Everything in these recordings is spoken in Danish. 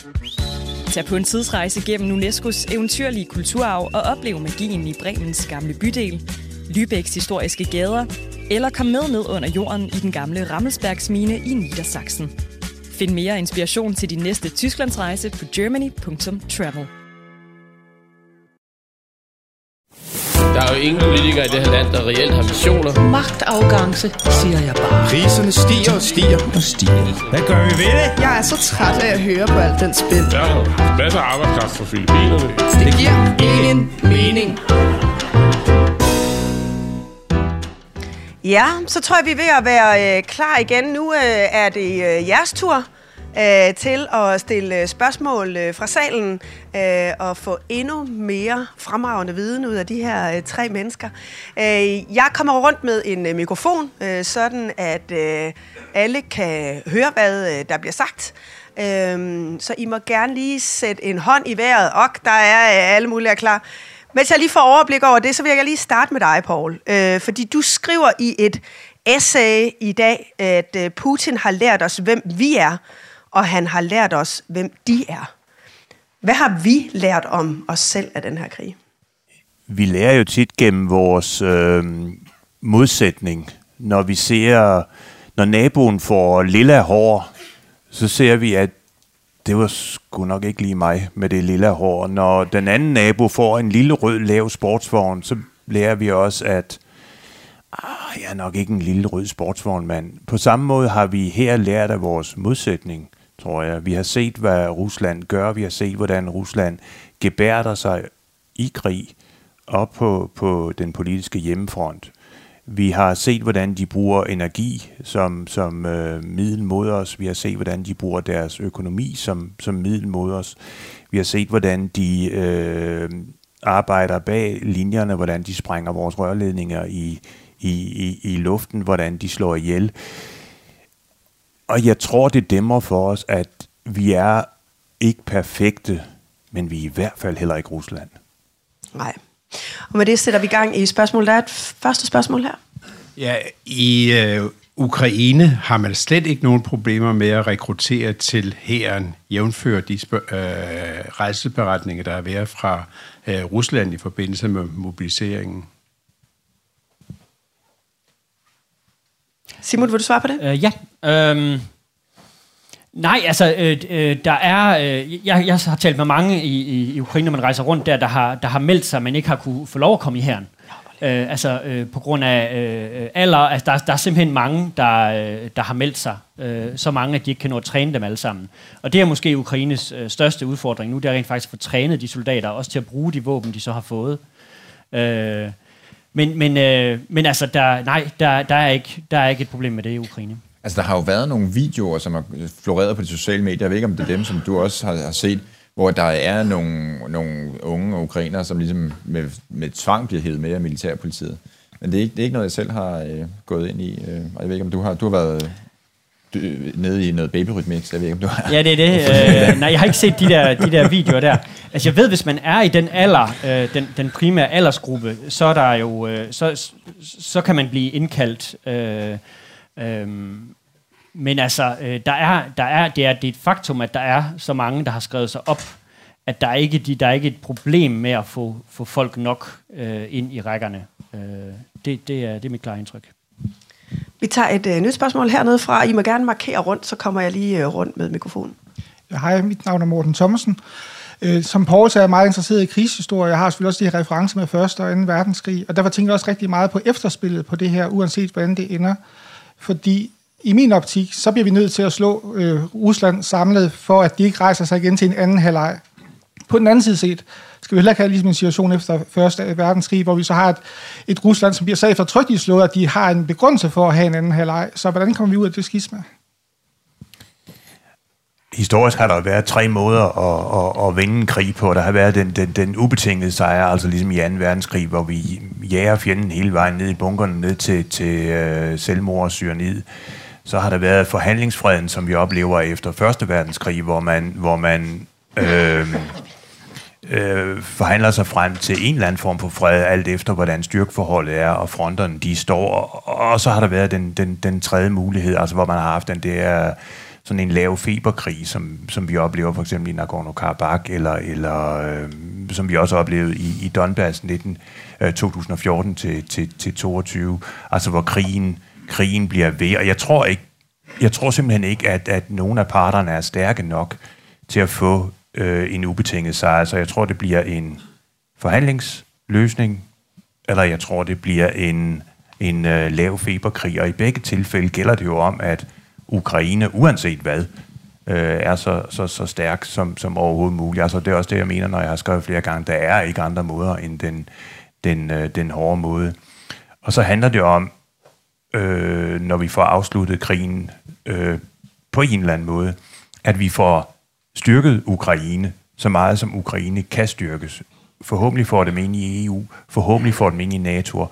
Tag på en tidsrejse gennem UNESCO's eventyrlige kulturarv og oplev magien i Bremens gamle bydel, Lübecks historiske gader, eller kom med ned under jorden i den gamle Rammelsbergsmine i Niedersachsen. Find mere inspiration til din næste Tysklandsrejse på germany.travel. Der er jo ingen politikere i det her land, der reelt har missioner. Magtafgangse, siger jeg bare. Priserne stiger og stiger og stiger. Hvad gør vi ved det? Jeg er så træt af at høre på alt den spil. Der er masser af arbejdskraft fra Filippinerne. Det giver ingen mening. Ja, så tror jeg, vi er ved at være klar igen. Nu er det jeres tur til at stille spørgsmål fra salen og få endnu mere fremragende viden ud af de her tre mennesker. Jeg kommer rundt med en mikrofon, sådan at alle kan høre, hvad der bliver sagt. Så I må gerne lige sætte en hånd i vejret. Og der er alle mulige klar. Mens jeg lige får overblik over det, så vil jeg lige starte med dig, Poul. Fordi du skriver i et essay i dag, at Putin har lært os, hvem vi er, og han har lært os, hvem de er. Hvad har vi lært om os selv af den her krig? Vi lærer jo tit gennem vores modsætning. Når naboen får lilla hår, så ser vi, at det var sgu nok ikke lige mig med det lilla hår. Når den anden nabo får en lille rød lav sportsvogn, så lærer vi også, at jeg er nok ikke en lille rød sportsvognmand. På samme måde har vi her lært af vores modsætning, tror jeg. Vi har set, hvad Rusland gør. Vi har set, hvordan Rusland gebærder sig i krig op på den politiske hjemmefront. Vi har set, hvordan de bruger energi som middel mod os. Vi har set, hvordan de bruger deres økonomi som middel mod os. Vi har set, hvordan de arbejder bag linjerne, hvordan de sprænger vores rørledninger i luften, hvordan de slår ihjel. Og jeg tror, det dæmmer for os, at vi er ikke perfekte, men vi er i hvert fald heller ikke Rusland. Nej. Og med det sætter vi i gang i spørgsmål. Der er et første spørgsmål her. Ja, i Ukraine har man slet ikke nogen problemer med at rekruttere til hæren, jævnfør de rejseberetninger, der er været fra Rusland i forbindelse med mobiliseringen. Simon, vil du svare på det? Ja. Nej, altså, der er... Jeg har talt med mange i Ukraine, når man rejser rundt der har meldt sig, men ikke har kunne få lov at komme i hæren. På grund af alder. Altså, der er simpelthen mange, der har meldt sig. Så mange, at de ikke kan nå at træne dem alle sammen. Og det er måske Ukraines største udfordring nu, det er rent faktisk at få trænet de soldater, også til at bruge de våben, de så har fået. Men altså, der er ikke et problem med det i Ukraine. Altså, der har jo været nogle videoer, som har floreret på de sociale medier. Jeg ved ikke, om det er dem, som du også har set, hvor der er nogle unge ukrainere, som ligesom med tvang bliver hævet med af militærpolitiet. Men det er ikke noget, jeg selv har gået ind i. Og jeg ved ikke, om du har været nede i noget babyrytmix. Jeg ved ikke, om du har... Ja, det er det. Nej, jeg har ikke set de der videoer der. Altså, jeg ved, hvis man er i den alder, den primære aldersgruppe, så er der jo... Så kan man blive indkaldt... Men altså, det er et faktum, at der er så mange, der har skrevet sig op, at der er ikke et problem med at få folk nok ind i rækkerne. Det er mit klare indtryk. Vi tager et nyt spørgsmål hernede fra. I må gerne markere rundt, så kommer jeg lige rundt med mikrofonen. Hej, mit navn er Morten Thomsen. Som Poul så er jeg meget interesseret i krigshistorie. Jeg har selvfølgelig også de her referencer med 1. og 2. verdenskrig, og derfor tænker jeg også rigtig meget på efterspillet på det her, uanset hvordan det ender. Fordi i min optik, så bliver vi nødt til at slå Rusland samlet, for at de ikke rejser sig igen til en anden halvleg. På den anden side set, skal vi heller ikke have ligesom en situation efter 1. verdenskrig, hvor vi så har et Rusland, som bliver så eftertrykkeligt slået, at de har en begrundelse for at have en anden halvleg. Så hvordan kommer vi ud af det skisma? Historisk har der været 3 måder at vinde en krig på. Der har været den ubetingede sejr, altså ligesom i 2. verdenskrig, hvor vi jager fjenden hele vejen ned i bunkerne, ned til selvmord og cyanid. Så har der været forhandlingsfreden, som vi oplever efter 1. verdenskrig, hvor man forhandler sig frem til en eller anden form for fred, alt efter hvordan styrkeforholdet er, og fronterne de står. Og så har der været den tredje mulighed, altså hvor man har haft den der sådan en lav feberkrig, som vi oplever for eksempel i Nagorno-Karabakh, eller som vi også oplevede i Donbass 2014 til 22, altså hvor krigen bliver ved. Og jeg tror simpelthen ikke, at nogen af parterne er stærke nok til at få en ubetinget sejr. Så jeg tror, det bliver en forhandlingsløsning, eller jeg tror, det bliver en lav feberkrig. Og i begge tilfælde gælder det jo om, at Ukraine, uanset hvad, er så stærk som overhovedet muligt. Altså, det er også det, jeg mener, når jeg har skrevet flere gange. Der er ikke andre måder end den hårde måde. Og så handler det om, når vi får afsluttet krigen på en eller anden måde, at vi får styrket Ukraine så meget, som Ukraine kan styrkes. Forhåbentlig får dem ind i EU, forhåbentlig får dem ind i NATO,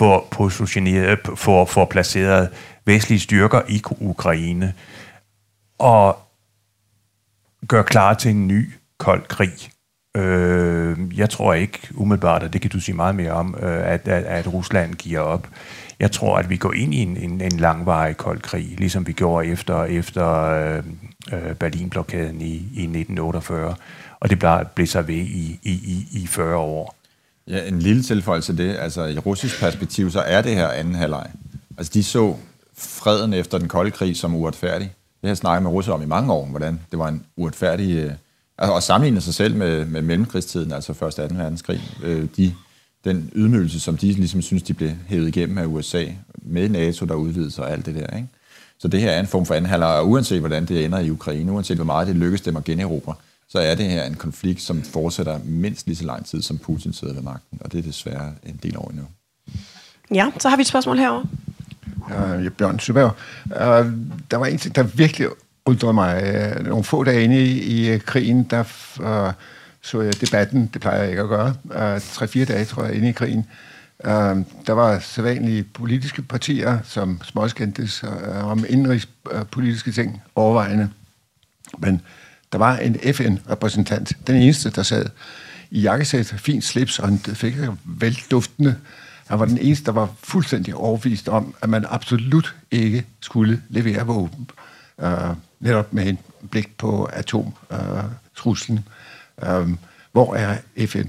får placeret vestlige styrker i Ukraine, og gør klar til en ny kold krig. Jeg tror ikke umiddelbart, og det kan du sige meget mere om, at Rusland giver op. Jeg tror, at vi går ind i en langvarig kold krig, ligesom vi gjorde efter Berlinblokaden i 1948, og det blev så ved i 40 år. Ja, en lille tilføjelse til det. Altså, i russisk perspektiv, så er det her anden halvleg. Altså, de så freden efter den kolde krig som uretfærdig. Det har jeg snakket med russere om i mange år, hvordan det var en uretfærdig... og sammenligne sig selv med mellemkrigstiden, altså først 2. verdenskrig. Den ydmygelse, som de ligesom synes, de blev hævet igennem af USA, med NATO, der udvidede sig og alt det der, ikke? Så det her er en form for anden halvleg, og uanset hvordan det ender i Ukraine, uanset hvor meget det lykkes dem at generobre, så er det her en konflikt, som fortsætter mindst lige så lang tid, som Putin sidder ved magten, og det er desværre en del år endnu. Ja, så har vi et spørgsmål herovre. Bjørn Søberg. Der var en ting, der virkelig undrede mig. Nogle få dage inde i krigen, der så jeg debatten, det plejer jeg ikke at gøre, 3-4 dage, tror jeg, inde i krigen. Der var sædvanlige politiske partier, som småskændtes om indrigspolitiske ting overvejende. Men der var en FN-repræsentant, den eneste, der sad i jakkesæt, fint slips, og han fik velduftende. Han var den eneste, der var fuldstændig overbevist om, at man absolut ikke skulle levere våben. Netop med en blik på atomtruslen. Hvor er FN?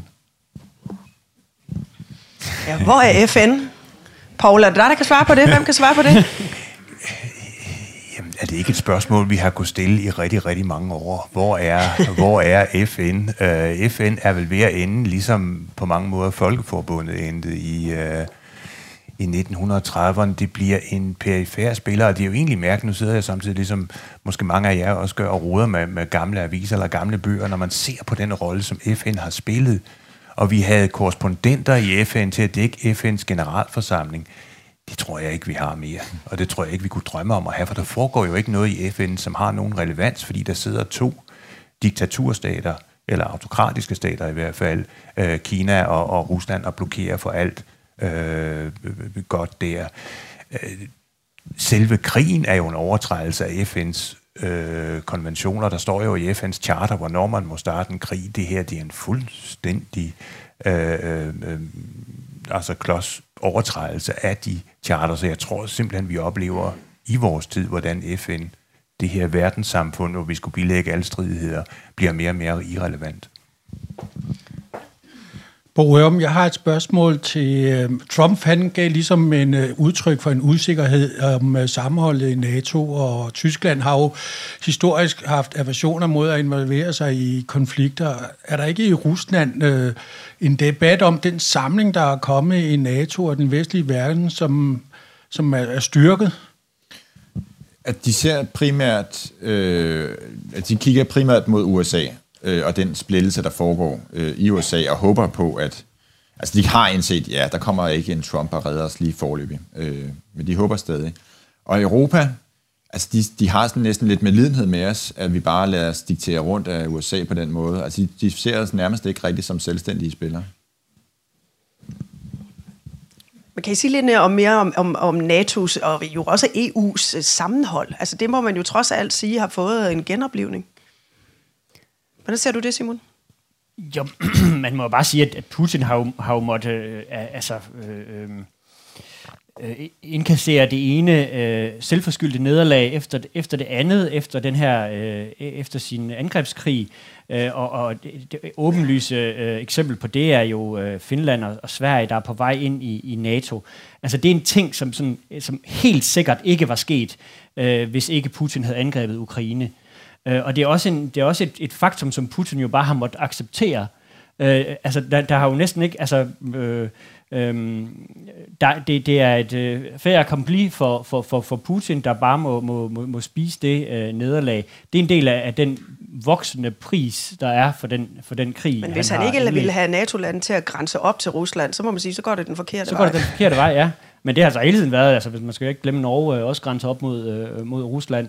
Ja, hvor er FN? Paul, er det dig, der kan svare på det? Hvem kan svare på det? Jamen, er det ikke et spørgsmål, vi har kunnet stille i rigtig, rigtig mange år? Hvor er FN? FN er vel ved at ende, ligesom på mange måder Folkeforbundet endte i 1930'erne. Det bliver en perifær spiller, og det er jo egentlig mærkeligt. Nu sidder jeg samtidig, ligesom måske mange af jer også gør, og roder med gamle aviser eller gamle bøger, når man ser på den rolle, som FN har spillet. Og vi havde korrespondenter i FN til at dække FN's generalforsamling. Det tror jeg ikke, vi har mere. Og det tror jeg ikke, vi kunne drømme om at have, for der foregår jo ikke noget i FN, som har nogen relevans, fordi der sidder 2 diktaturstater, eller autokratiske stater i hvert fald, Kina og Rusland, og blokerer for alt godt der. Selve krigen er jo en overtrædelse af FN's konventioner. Der står jo i FN's charter, hvornår man må starte en krig. Det her, det er en fuldstændig altså klods overtrædelse af de charter, så jeg tror simpelthen, vi oplever i vores tid, hvordan FN, det her verdenssamfund, hvor vi skulle bilægge alle stridigheder, bliver mere og mere irrelevant. Bo Rørum, jeg har et spørgsmål til Trump. Han gav ligesom en udtryk for en usikkerhed om sammenholdet i NATO, og Tyskland har jo historisk haft aversioner mod at involvere sig i konflikter. Er der ikke i Rusland en debat om den samling, der er kommet i NATO og den vestlige verden, som er styrket? At de ser primært, at de kigger primært mod USA, og den splittelse, der foregår i USA, og håber på, at... Altså, de har indset, ja, der kommer ikke en Trump og redder os lige forløbig, men de håber stadig. Og Europa, altså, de har sådan næsten lidt medlidenhed med os, at vi bare lader os diktere rundt af USA på den måde. Altså, de ser os nærmest ikke rigtigt som selvstændige spillere. Men kan I sige lidt mere om NATO's og jo også EU's sammenhold? Altså, det må man jo trods alt sige har fået en genoplivning. Hvordan ser du det, Simon? Jo, man må bare sige, at Putin har jo måttet indkasserer det ene selvforskyldte nederlag efter det andet, efter den her efter sin angrebskrig. Og det åbenlyse eksempel på det er jo Finland og Sverige, der er på vej ind i NATO. Altså det er en ting, som helt sikkert ikke var sket, hvis ikke Putin havde angrebet Ukraine. Og det er også et faktum, som Putin jo bare har måttet acceptere. Altså der har jo næsten ikke... Altså, det er et fait accompli for Putin, der bare må spise det nederlag. Det er en del af den voksende pris, der er for den krig. Men hvis han ikke ville have NATO-landet til at grænse op til Rusland, så må man sige, så går det den forkerte vej. Så går det den forkerte vej, ja. Men det har altså hele tiden været, altså hvis man skal jo ikke glemme Norge, også grænser op mod Rusland.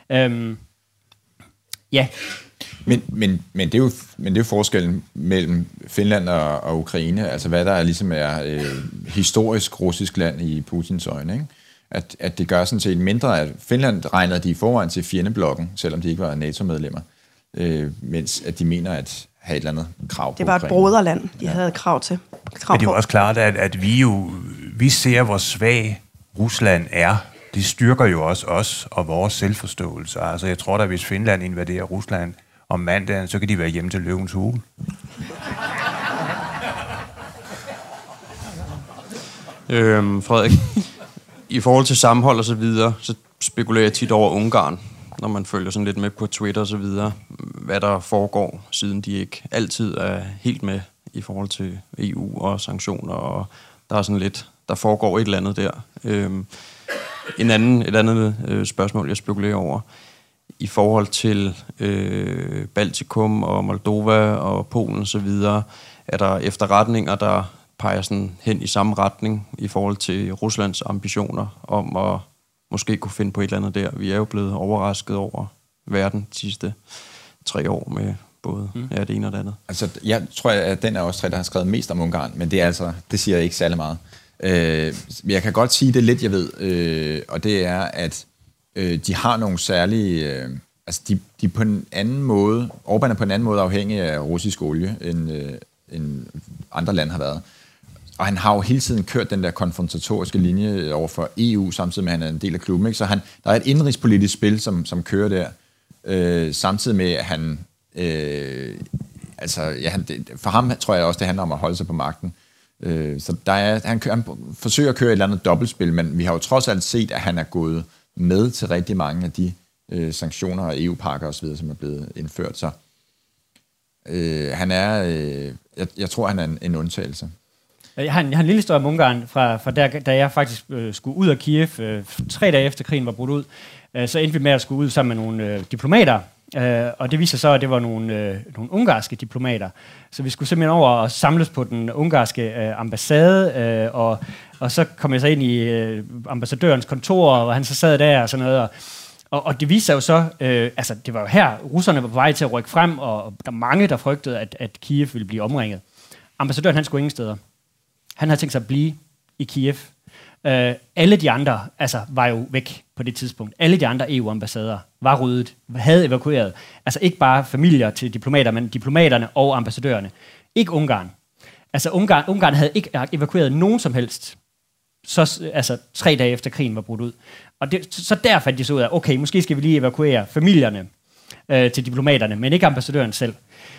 Ja. Men det er jo forskellen mellem Finland og Ukraine, altså hvad der ligesom er historisk russisk land i Putins øjne, ikke? At det gør sådan set mindre, at Finland regnede de i forvejen til fjendeblokken, selvom de ikke var NATO-medlemmer, mens at de mener at have et eller andet krav på det var Ukraine. Et broderland, de havde krav til. Men det er jo også klart, at vi ser, hvor svag Rusland er. Det styrker jo også os og vores selvforståelse. Altså jeg tror da, hvis Finland invaderer Rusland om mandagen, så kan de være hjemme til løvens hule. Frederik, i forhold til sammenhold og så videre, så spekulerer jeg tit over Ungarn, når man følger sådan lidt med på Twitter og så videre, hvad der foregår, siden de ikke altid er helt med i forhold til EU og sanktioner, og der er sådan lidt, der foregår et eller andet der. Et andet spørgsmål, jeg spekulerer over, i forhold til Baltikum og Moldova og Polen og så videre, er der efterretninger, der peger sådan hen i samme retning i forhold til Ruslands ambitioner om at måske kunne finde på et eller andet der. Vi er jo blevet overrasket over verden de sidste 3 år med både det ene og det andet. Altså, jeg tror, at den er også 3, der har skrevet mest om Ungarn, men det er altså, det siger jeg ikke særlig meget. Jeg kan godt sige det lidt, jeg ved, og det er, at de har nogle særlige... altså, de på en anden måde... Orbán er på en anden måde afhængig af russisk olie, end andre lande har været. Og han har jo hele tiden kørt den der konfrontatoriske linje over for EU, samtidig med, at han er en del af klubben. Ikke? Så der er et indrigspolitisk spil, som kører der, samtidig med, at han... for ham tror jeg også, det handler om at holde sig på magten. Så han forsøger at køre et eller andet dobbeltspil, men vi har jo trods alt set, at han er gået med til rigtig mange af de sanktioner og EU-pakker osv., som er blevet indført. Så han er... jeg tror, han er en undtagelse. Jeg har en lille historie om Ungarn fra da jeg faktisk skulle ud af Kiev 3 dage efter krigen var brudt ud. Så endte vi med at skulle ud sammen med nogle diplomater, og det viser så, at det var nogle ungarske diplomater. Så vi skulle simpelthen over og samles på den ungarske ambassade, og så kom jeg så ind i ambassadørens kontor, og han så sad der og sådan noget. Og det viste sig jo så, altså det var jo her, russerne var på vej til at rykke frem, og der er mange, der frygtede, at Kiev ville blive omringet. Ambassadøren, han skulle ingen steder. Han havde tænkt sig at blive i Kiev. Alle de andre var jo væk på det tidspunkt. Alle de andre EU-ambassader var ryddet, havde evakueret. Altså ikke bare familier til diplomater, men diplomaterne og ambassadørerne. Ikke Ungarn. Altså Ungarn havde ikke evakueret nogen som helst. Så 3 dage efter krigen var brudt ud. Og så der fandt de så ud af, okay, måske skal vi lige evakuere familierne til diplomaterne, men ikke ambassadøren selv.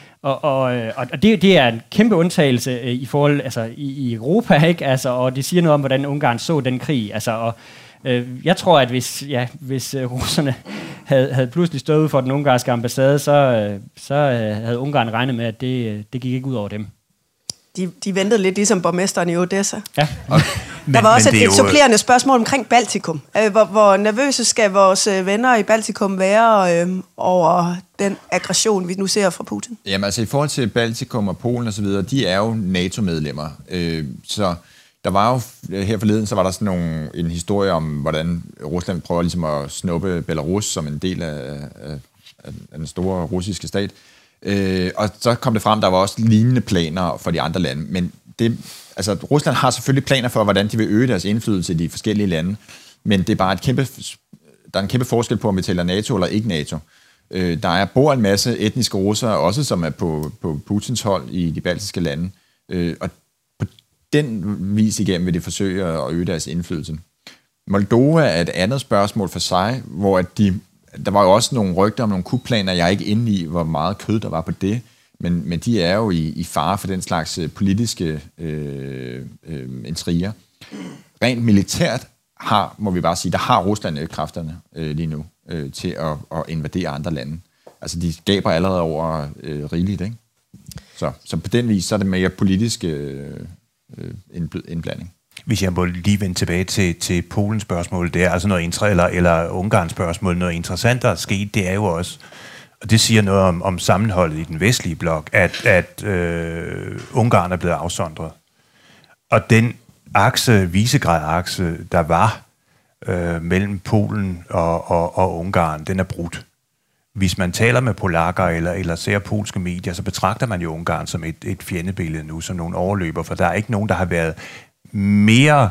Og det er en kæmpe undtagelse i forhold, altså i Europa, ikke? Altså, og det siger noget om, hvordan Ungarn så den krig. Altså, og jeg tror, at hvis russerne havde pludselig stået for den ungarske ambassade, så havde Ungarn regnet med, at det gik ikke ud over dem. De ventede lidt ligesom borgmesteren i Odessa. Ja. Der var også et supplerende spørgsmål omkring Baltikum. Hvor nervøse skal vores venner i Baltikum være over den aggression, vi nu ser fra Putin? Jamen altså i forhold til Baltikum og Polen og så videre, de er jo NATO-medlemmer. Så der var jo her forleden, så var der sådan en historie om, hvordan Rusland prøver ligesom at snuppe Belarus som en del af den store russiske stat. Og så kom det frem, der var også lignende planer for de andre lande. Men Rusland har selvfølgelig planer for, hvordan de vil øge deres indflydelse i de forskellige lande. Men det er bare der er en kæmpe forskel på, om vi tæller NATO eller ikke NATO. Der bor en masse etniske russere, også som er på Putins hold i de baltiske lande. Og den vis igennem vil de forsøge at øge deres indflydelse. Moldova er et andet spørgsmål for sig, hvor der var jo også nogle rygter om nogle kupplaner, jeg er ikke inde i, hvor meget kød der var på det, men de er jo i fare for den slags politiske intriger. Rent militært må vi bare sige, der har Rusland kræfterne lige nu til at invadere andre lande. Altså, de gaber allerede over rigeligt, ikke? Så på den vis, så er det mere politisk indblanding. Hvis jeg må lige vende tilbage til Polens spørgsmål, det er altså noget eller Ungarns spørgsmål, noget interessant, der er sket, det er jo også, og det siger noget om sammenholdet i den vestlige blok, at Ungarn er blevet afsondret. Og den Visegrad-akse, der var mellem Polen og Ungarn, den er brudt. Hvis man taler med polakker eller ser polske medier, så betragter man jo Ungarn som et fjendebillede nu, som nogle overløber, for der er ikke nogen, der har været mere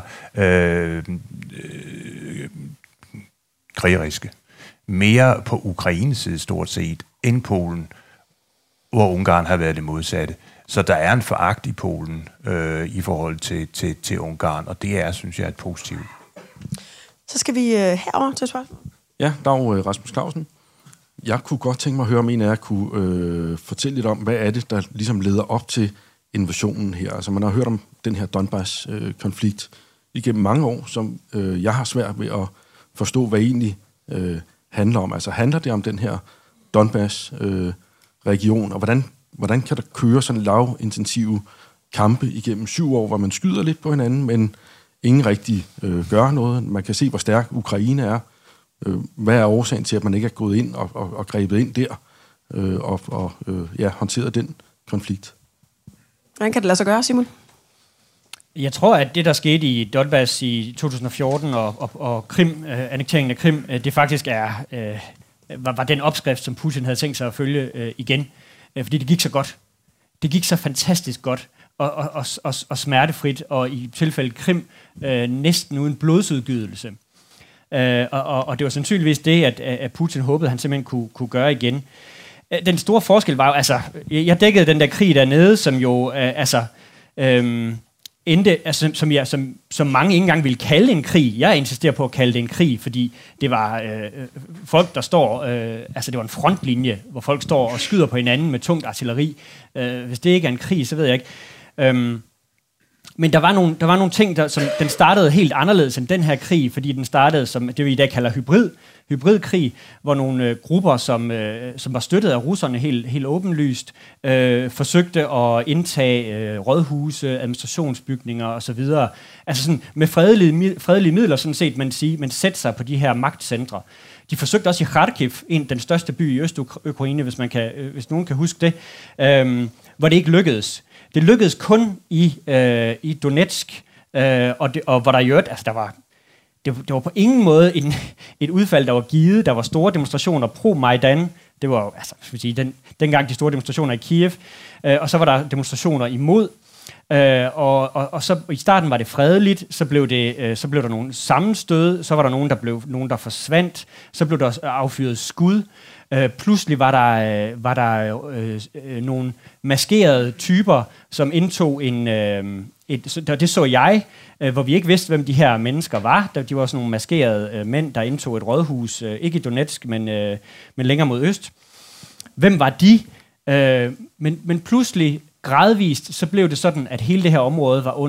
krigeriske, mere på Ukraines side stort set, end Polen, hvor Ungarn har været det modsatte. Så der er en foragt i Polen i forhold til Ungarn, og det er, synes jeg, et positivt. Så skal vi herover til spørgsmål. Ja, dag Rasmus Clausen. Jeg kunne godt tænke mig at høre, om en af jer kunne fortælle lidt om, hvad er det, der ligesom leder op til invasionen her. Altså man har hørt om den her Donbass-konflikt igennem mange år, som jeg har svært ved at forstå, hvad egentlig handler om. Altså handler det om den her Donbass-region, og hvordan kan der køre sådan lavintensive kampe igennem 7 år, hvor man skyder lidt på hinanden, men ingen rigtig gør noget. Man kan se, hvor stærk Ukraine er. Hvad er årsagen til, at man ikke er gået ind og grebet ind der og håndteret den konflikt? Hvordan kan det lade sig gøre, Simon? Jeg tror, at det, der skete i Donbass i 2014 og Krim, annekteringen af Krim, det faktisk var den opskrift, som Putin havde tænkt sig at følge igen. Fordi det gik så godt. Det gik så fantastisk godt og smertefrit, og i tilfældet Krim næsten uden blodsudgydelse. Og det var sandsynligvis det, at Putin håbede, at han simpelthen kunne gøre igen. Den store forskel var jo, altså, jeg dækkede den der krig dernede, som jo, endte, altså, som mange ikke engang ville kalde en krig. Jeg insisterer på at kalde det en krig, fordi det var folk, der står, altså det var en frontlinje, hvor folk står og skyder på hinanden med tungt artilleri. Hvis det ikke er en krig, så ved jeg ikke. Men der var nogle ting, som den startede helt anderledes end den her krig, fordi den startede som det, vi i dag kalder hybridkrig, hvor nogle grupper, som var støttet af russerne helt åbenlyst, forsøgte at indtage rådhuse, administrationsbygninger osv. Altså sådan med fredelige midler, sådan set, man sætter sig på de her magtcentre. De forsøgte også i Kharkiv, den største by i Øst-Ukraine, hvis nogen kan huske det, hvor det ikke lykkedes. Det lykkedes kun i Donetsk, og hvor der i øvrigt, altså det var på ingen måde et udfald, der var givet. Der var store demonstrationer pro-Majdan. Det var altså, skal vi sige, dengang de store demonstrationer i Kiev. Og så var der demonstrationer imod. Og så i starten var det fredeligt. Så blev der nogle sammenstød. Så var der nogen, der forsvandt. Så blev der affyret skud. Pludselig var der nogle maskerede typer, som indtog det så jeg, hvor vi ikke vidste, hvem de her mennesker var. De var sådan nogle maskerede mænd, der indtog et rådhus, ikke i Donetsk, men længere mod øst. Hvem var de? Men pludselig, gradvist, så blev det sådan, at hele det her område var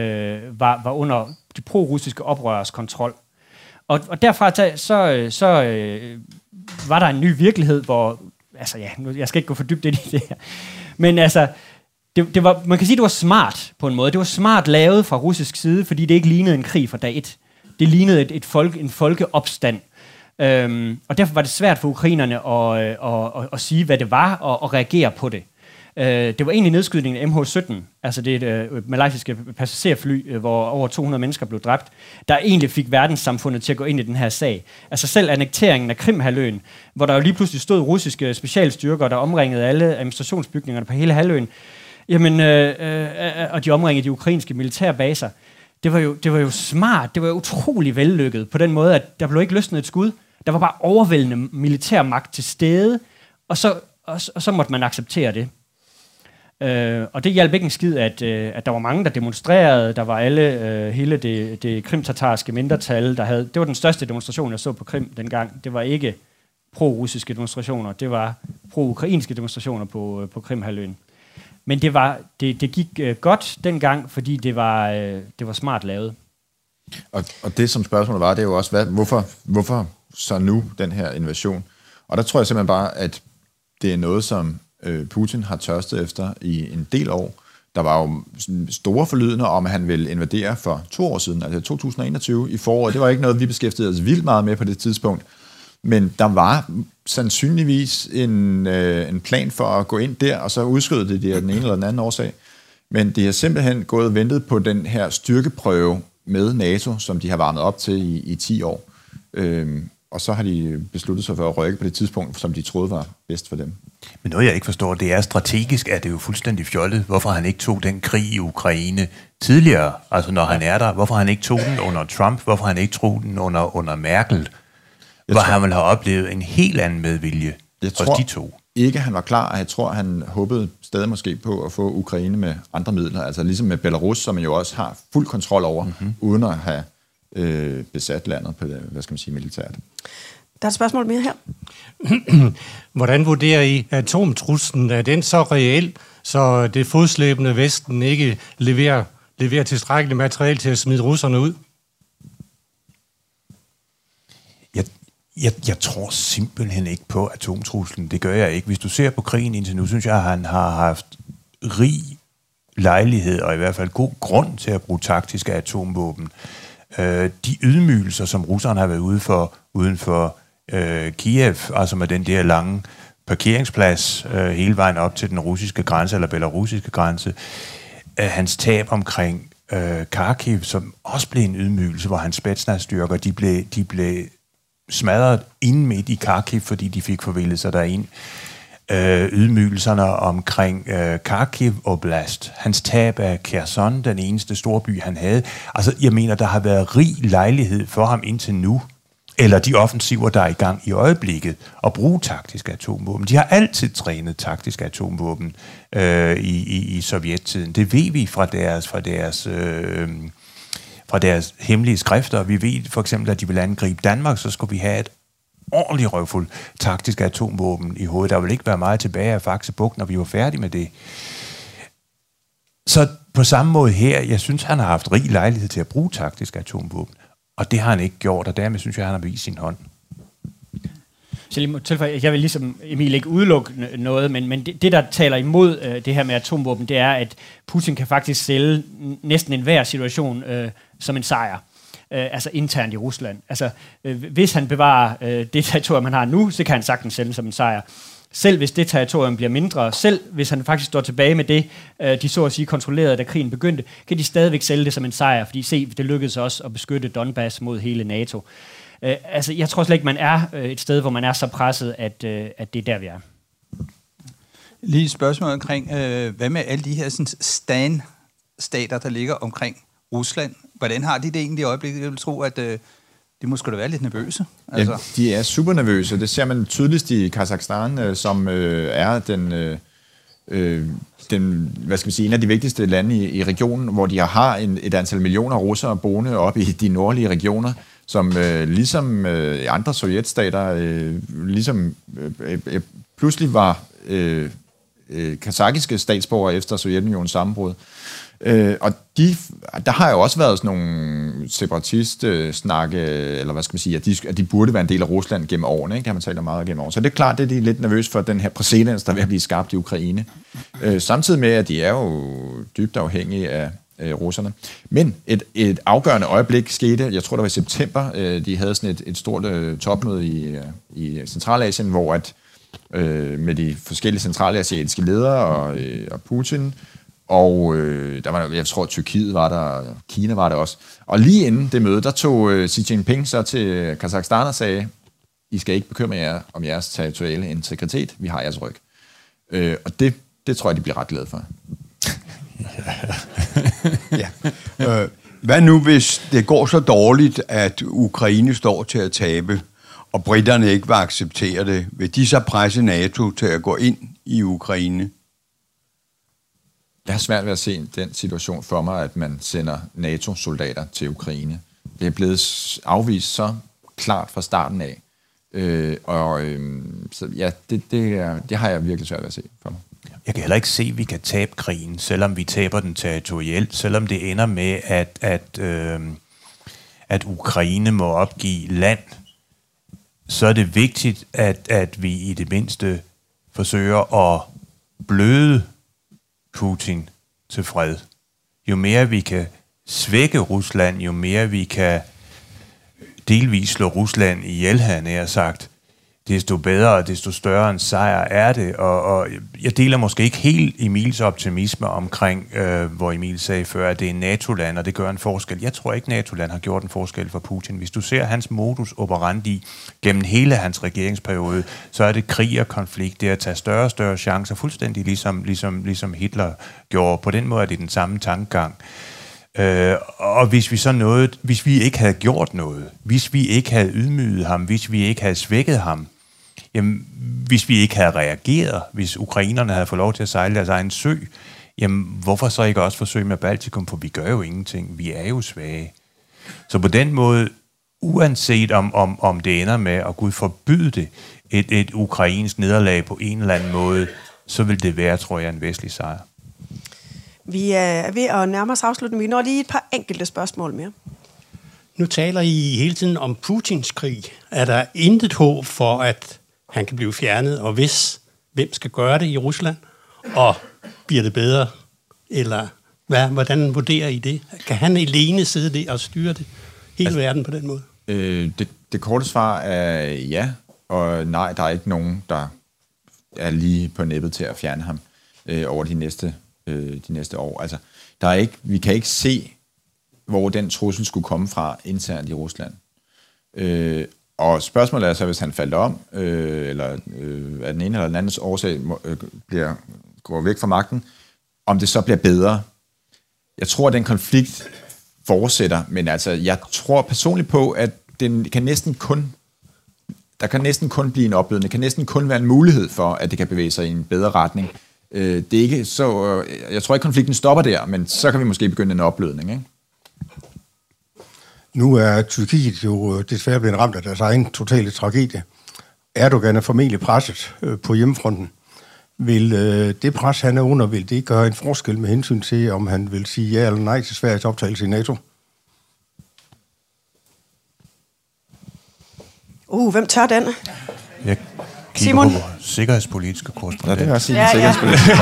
under de pro-russiske oprørers kontrol. Og derfra så var der en ny virkelighed, hvor, altså ja, jeg skal ikke gå for dybt ind i det her, men altså, det var, man kan sige, det var smart på en måde. Det var smart lavet fra russisk side, fordi det ikke lignede en krig fra dag 1. Det lignede en folkeopstand. Og derfor var det svært for ukrainerne at sige, hvad det var, og reagere på det. Det var egentlig nedskydningen af MH17, altså det malaysiske passagerfly, hvor over 200 mennesker blev dræbt, der egentlig fik verdenssamfundet til at gå ind i den her sag. Altså selv annekteringen af Krimhalvøen, hvor der jo lige pludselig stod russiske specialstyrker, der omringede alle administrationsbygningerne på hele halvøen, jamen, og de omringede de ukrainske militærbaser. Det var jo smart, det var jo utrolig vellykket på den måde, at der blev ikke løsnet et skud. Der var bare overvældende militærmagt til stede, og så måtte man acceptere det. Og det hjalp ikke en skid, at der var mange, der demonstrerede. Der var hele det krimtatarske mindretal, der havde... Det var den største demonstration, jeg så på Krim dengang. Det var ikke pro-russiske demonstrationer, det var pro-ukrainske demonstrationer på Krimhalvøen. Men det gik godt dengang, fordi det var smart lavet. Og det, som spørgsmålet var, det er jo også, hvorfor så nu den her invasion? Og der tror jeg simpelthen bare, at det er noget, som Putin har tørstet efter i en del år. Der var jo store forlydender om, at han ville invadere for 2 år siden, altså 2021 i foråret. Det var ikke noget, vi beskæftigede os vildt meget med på det tidspunkt. Men der var sandsynligvis en plan for at gå ind der, og så udskyde det af den ene eller den anden årsag. Men de har simpelthen gået og ventet på den her styrkeprøve med NATO, som de har varmet op til i 10 år. Og så har de besluttet sig for at rykke på det tidspunkt, som de troede var bedst for dem. Men noget, jeg ikke forstår, det er strategisk, at det jo fuldstændig fjollet, hvorfor han ikke tog den krig i Ukraine tidligere, altså når han er der, hvorfor han ikke tog den under Trump, hvorfor han ikke tog den under Merkel, hvor han ville have oplevet en helt anden medvilje hos de to. Ikke han var klar, og jeg tror, han håbede stadig måske på at få Ukraine med andre midler, altså ligesom med Belarus, som man jo også har fuld kontrol over, uden at have besat landet på det, hvad skal man sige, militært. Der er et spørgsmål mere her. Hvordan vurderer I atomtruslen? Er den så reel, så det fodslæbende Vesten ikke leverer tilstrækkeligt materiale til at smide russerne ud? Jeg tror simpelthen ikke på atomtruslen. Det gør jeg ikke. Hvis du ser på krigen indtil nu, synes jeg, at han har haft rig lejlighed, og i hvert fald god grund til at bruge taktiske atomvåben. De ydmygelser, som russerne har været uden for Kiev, altså med den der lange parkeringsplads hele vejen op til den russiske grænse, eller belarusiske grænse, hans tab omkring Kharkiv, som også blev en ydmygelse, hvor hans Spetsnaz-styrker, de blev smadret inde midt i Kharkiv, fordi de fik forvildet sig derind. Ydmygelserne omkring Kharkiv Oblast, hans tab af Kherson, den eneste storby, han havde. Altså, jeg mener, der har været rig lejlighed for ham indtil nu, eller de offensiver, der er i gang i øjeblikket, at bruge taktiske atomvåben. De har altid trænet taktiske atomvåben i sovjettiden. Det ved vi fra deres hemmelige skrifter. Vi ved for eksempel, at de vil angribe Danmark, så skulle vi have et ordentligt røvfuld taktiske atomvåben i hovedet. Der vil ikke være meget tilbage af Faxe Bugt, når vi var færdige med det. Så på samme måde her, jeg synes, han har haft rig lejlighed til at bruge taktiske atomvåben, og det har han ikke gjort, og dermed synes jeg, han har vist sin hånd. Jeg vil ligesom Emil ikke udelukke noget, men det, der taler imod det her med atomvåben, det er, at Putin kan faktisk sælge næsten enhver situation som en sejr. Altså internt i Rusland. Altså, hvis han bevarer det territorium, han har nu, så kan han sagtens sælge som en sejr. Selv hvis det territorium bliver mindre, selv hvis han faktisk står tilbage med det, de så at sige kontrollerede, da krigen begyndte, kan de stadigvæk sælge det som en sejr, fordi det lykkedes også at beskytte Donbass mod hele NATO. Altså, jeg tror slet ikke, man er et sted, hvor man er så presset, at det er der, vi er. Lige et spørgsmål omkring, hvad med alle de her stan-stater, der ligger omkring Rusland? Hvordan har de det egentlig i øjeblikket? Jeg vil tro, at de måske da være lidt nervøse. Altså. Ja, de er super nervøse. Det ser man tydeligst i Kazakhstan, som er den hvad skal vi sige, en af de vigtigste lande i regionen, hvor de har et antal millioner russere boende oppe i de nordlige regioner, som ligesom andre sovjetstater pludselig var kazakiske statsborgere efter Sovjetunionens sammenbrud. Og der har jo også været sådan nogle separatist-snakke, eller hvad skal man sige, at de burde være en del af Rusland gennem årene, ikke? Det har man talt om meget gennem årene. Så det er klart, at de er lidt nervøse for den her præcedens, der er ved at blive skabt i Ukraine. Samtidig med, at de er jo dybt afhængige af russerne. Men et afgørende øjeblik skete, jeg tror det var i september, de havde sådan et stort topmøde i Centralasien, hvor at med de forskellige centralasiatiske ledere og Putin, og der var, jeg tror, Tyrkiet var der, Kina var der også. Og lige inden det møde, der tog Xi Jinping så til Kazakhstan og sagde, I skal ikke bekymre jer om jeres territoriale integritet, vi har jeres ryg. Og det tror jeg, de bliver ret glade for. Ja. Hvad nu, hvis det går så dårligt, at Ukraine står til at tabe, og britterne ikke vil acceptere det? Vil de så presse NATO til at gå ind i Ukraine? Jeg har svært ved at se den situation for mig, at man sender NATO-soldater til Ukraine. Det er blevet afvist så klart fra starten af. Så ja, det har jeg virkelig svært ved at se for mig. Jeg kan heller ikke se, at vi kan tabe krigen, selvom vi taber den territorielt, selvom det ender med, at Ukraine må opgive land. Så er det vigtigt, at vi i det mindste forsøger at bløde Putin til fred. Jo mere vi kan svække Rusland, jo mere vi kan delvis slå Rusland ihjel, han har sagt, desto bedre og desto større en sejr er det. Og jeg deler måske ikke helt Emils optimisme omkring, hvor Emil sagde før, at det er NATO-land, og det gør en forskel. Jeg tror ikke, NATO-land har gjort en forskel for Putin. Hvis du ser hans modus operandi gennem hele hans regeringsperiode, så er det krig og konflikt. Det er at tage større og større chancer, fuldstændig ligesom Hitler gjorde. På den måde er det den samme tankegang. Og hvis vi ikke havde gjort noget, hvis vi ikke havde ydmyget ham, hvis vi ikke havde svækket ham, jamen, hvis vi ikke havde reageret, hvis ukrainerne havde fået lov til at sejle deres egen sø, jamen, hvorfor så ikke også forsøge med Baltikum, for vi gør jo ingenting, vi er jo svage. Så på den måde, uanset om det ender med, at Gud forbyde det, et ukrainsk nederlag på en eller anden måde, så vil det være, tror jeg, en vestlig sejr. Vi er ved at nærme os afslutningen. Vi når lige et par enkelte spørgsmål mere. Nu taler I hele tiden om Putins krig. Er der intet håb for, at han kan blive fjernet? Og hvis, hvem skal gøre det i Rusland? Og bliver det bedre? Eller hvordan vurderer I det? Kan han alene sidde der og styre det hele verden på den måde? Det korte svar er ja, og nej, der er ikke nogen, der er lige på nippet til at fjerne ham over de næste år. Altså, vi kan ikke se, hvor den trussel skulle komme fra internt i Rusland. Og spørgsmålet er så, hvis han falder om, eller af den ene eller den anden årsag går væk fra magten, om det så bliver bedre. Jeg tror, at den konflikt fortsætter, men altså, jeg tror personligt på, at der kan næsten kun blive en oplevelse. Det kan næsten kun være en mulighed for, at det kan bevæge sig i en bedre retning. Det er ikke så, jeg tror ikke, konflikten stopper der, men så kan vi måske begynde en opblødning, ikke? Nu er Tyrkiet jo desværre blevet ramt af deres egen totale tragedie. Erdogan er formentlig presset på hjemmefronten. Vil det pres, han er under, vil det gøre en forskel med hensyn til, om han vil sige ja eller nej til Sveriges optagelse i NATO? Hvem tør den? Jeg kigger Simon? på sikkerhedspolitiske korrespondent. Ja, det er sikkerhedspolitisk.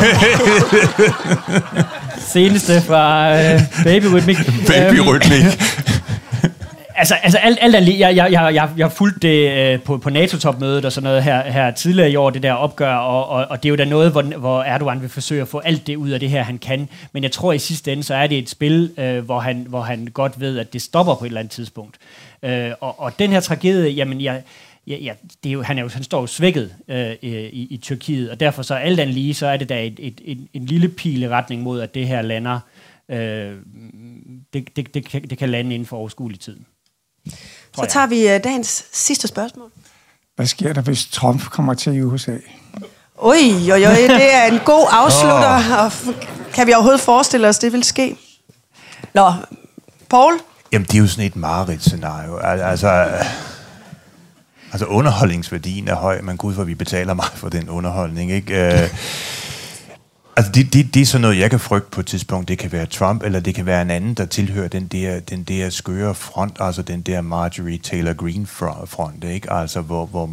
Seneste fra Babyrytmik. Babyrytmik. Altså alt jeg fulgte det på NATO-topmødet og sådan noget her tidligere i år, det der opgør, og det er jo da noget, hvor Erdogan vil forsøge at få alt det ud af det her, han kan. Men jeg tror i sidste ende, så er det et spil, hvor han godt ved, at det stopper på et eller andet tidspunkt. Og den her tragedie, jamen det er jo, han står jo svækket i Tyrkiet, og derfor så alt andet lige, så er det da en lille pil i retning mod, at det her lander, det kan lande inden for overskuelig tid. Så tager vi dagens sidste spørgsmål. Hvad sker der, hvis Trump kommer til USA? Oj, det er en god afslutter. Og kan vi overhovedet forestille os, det vil ske? Nå, Paul? Jamen, det er jo sådan et mareridtscenario. Altså underholdningsværdien er høj, men gud, for vi betaler meget for den underholdning, ikke? Altså, det er sådan noget, jeg kan frygte på et tidspunkt. Det kan være Trump, eller det kan være en anden, der tilhører den der skøre front, altså den der Marjorie Taylor Greene front, ikke? Altså,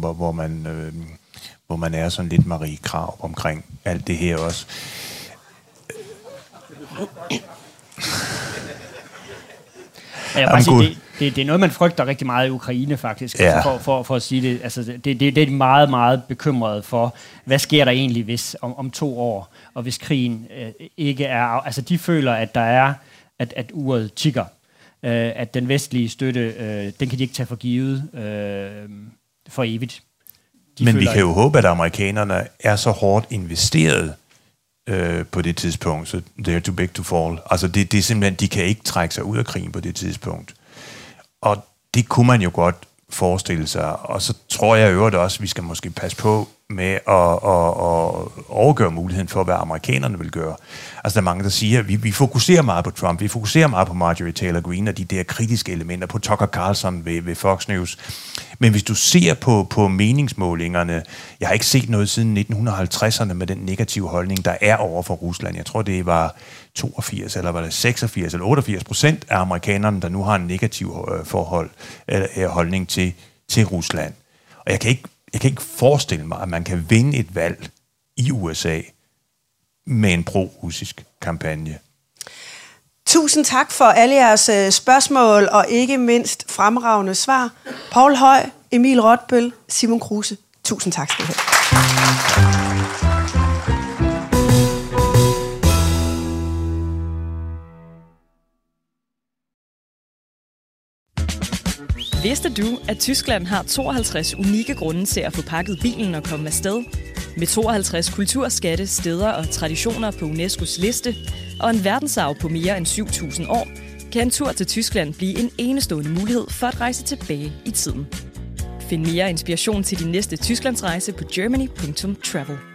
hvor man er sådan lidt Marie Krav omkring alt det her også. Jeg bare sige, det er noget, man frygter rigtig meget i Ukraine, faktisk. Ja. Altså for at sige det. Altså, det er meget, meget bekymret for, hvad sker der egentlig hvis om 2 år, og hvis krigen ikke er... Altså, de føler, at der er, at uret tikker. At den vestlige støtte, den kan de ikke tage for givet for evigt. Men vi kan jo håbe, at amerikanerne er så hårdt investeret på det tidspunkt, så they're too big to fall. Altså det er simpelthen, de kan ikke trække sig ud af krigen på det tidspunkt. Og det kunne man jo godt forestille sig. Og så tror jeg øvrigt også, at vi skal måske passe på med at overgøre muligheden for, hvad amerikanerne vil gøre. Altså, der er mange, der siger, at vi fokuserer meget på Trump, vi fokuserer meget på Marjorie Taylor Greene og de der kritiske elementer, på Tucker Carlson ved Fox News. Men hvis du ser på meningsmålingerne, jeg har ikke set noget siden 1950'erne med den negative holdning, der er over for Rusland. Jeg tror, det var 82, eller var det 86 eller 88% af amerikanerne, der nu har en negativ holdning til Rusland. Og jeg kan ikke forestille mig, at man kan vinde et valg i USA med en pro-russisk kampagne. Tusind tak for alle jeres spørgsmål, og ikke mindst fremragende svar. Poul Høj, Emil Rotbøl, Simon Kruse. Tusind tak skal I have. Vidste du, at Tyskland har 52 unikke grunde til at få pakket bilen og komme afsted? Med 52 kulturskatte, steder og traditioner på UNESCO's liste, og en verdensarv på mere end 7.000 år, kan en tur til Tyskland blive en enestående mulighed for at rejse tilbage i tiden. Find mere inspiration til din næste Tysklandsrejse på germany.travel.